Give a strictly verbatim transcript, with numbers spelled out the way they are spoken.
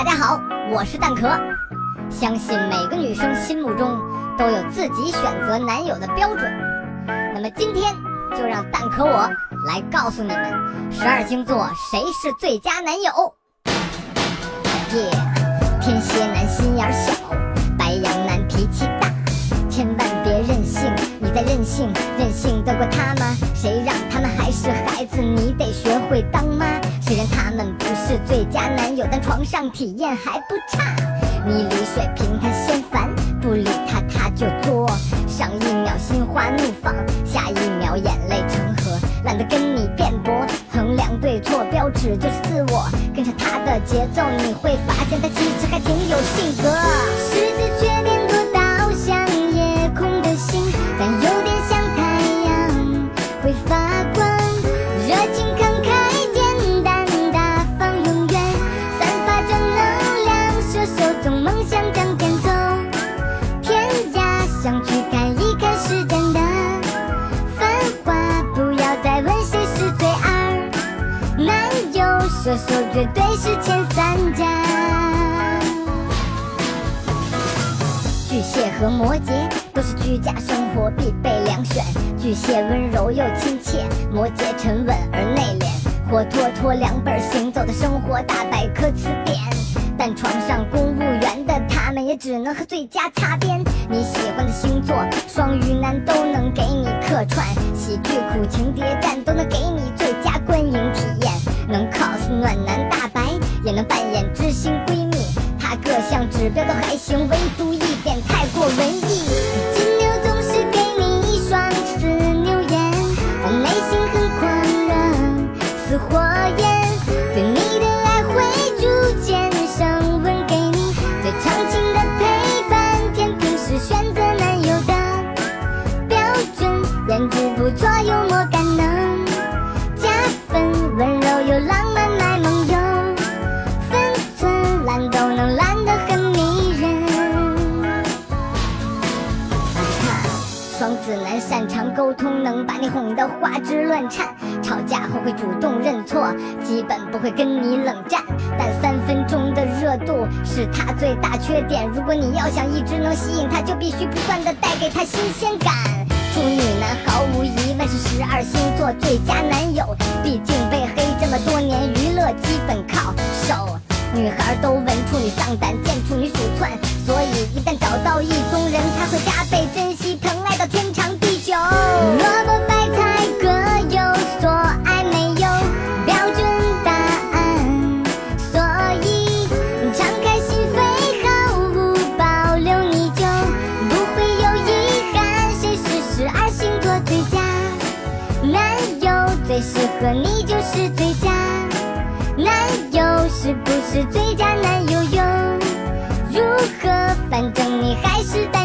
家好，我是蛋壳。相信每个女生心目中都有自己选择男友的标准。那么今天就让蛋壳我来告诉你们，十二星座谁是最佳男友。耶、yeah, 天蝎男心眼小，白羊男脾气大，千万别任性，你在任性，任性得过他吗？谁让他们还是孩子，你得学会当妈。虽然他们不是最佳男友，但床上体验还不差。你离水平他先烦，不理他他就作，上一秒心花怒放，下一秒眼泪成河，懒得跟你辩驳，衡量对错标志就是自我，跟着他的节奏，你会发现他其实还挺有性格。狮子缺点多到像夜空的星，但有点像太阳会发光，热情慷慨简单大方永远散发正能量，射手总梦想仗剑走天涯，想去看一看世间的繁华，不要再问谁是最二，男友射手绝对是前三甲。巨蟹和摩羯都是居家生活必备两选，巨蟹温柔又亲切，摩羯沉稳而内敛，活脱脱两本行走的生活大百科词典。但床上公务员的他们也只能和最佳擦边。你喜欢的星座双鱼男都能给你客串，喜剧苦情谍战都能给你最佳观影体验，能 cos 暖男大白也能扮演知心闺蜜，他各项指标都还行，唯独一点太过文艺。金牛总是给你一双似牛眼，但内心很狂热似火焰，对你的爱会逐渐升温，给你最长情的陪伴。天平是选择男友的标准，颜值不错，幽默感能加分，温柔又浪漫卖萌又分寸，懒都能懒得很迷人。啊哈，双子男擅长沟通，能把你哄得花枝乱颤，吵架后会主动认错，基本不会跟你冷战，但三分钟的热度是他最大缺点。如果你要想一直能吸引他，就必须不断的带给他新鲜感。处女男毫无疑问是十二星座最佳男友，毕竟被黑这么多年，娱乐基本靠手，女孩都闻处女丧胆，见处女鼠窜，所以一旦找到意中人，他会加倍珍惜，疼爱到天长地久。萝卜白菜各有所爱，没有标准答案，所以敞开心扉毫无保留，你就不会有遗憾。谁是十二星座最佳男友，最适合你就是最佳男友，是不是最佳男友哟？如何？反正你还是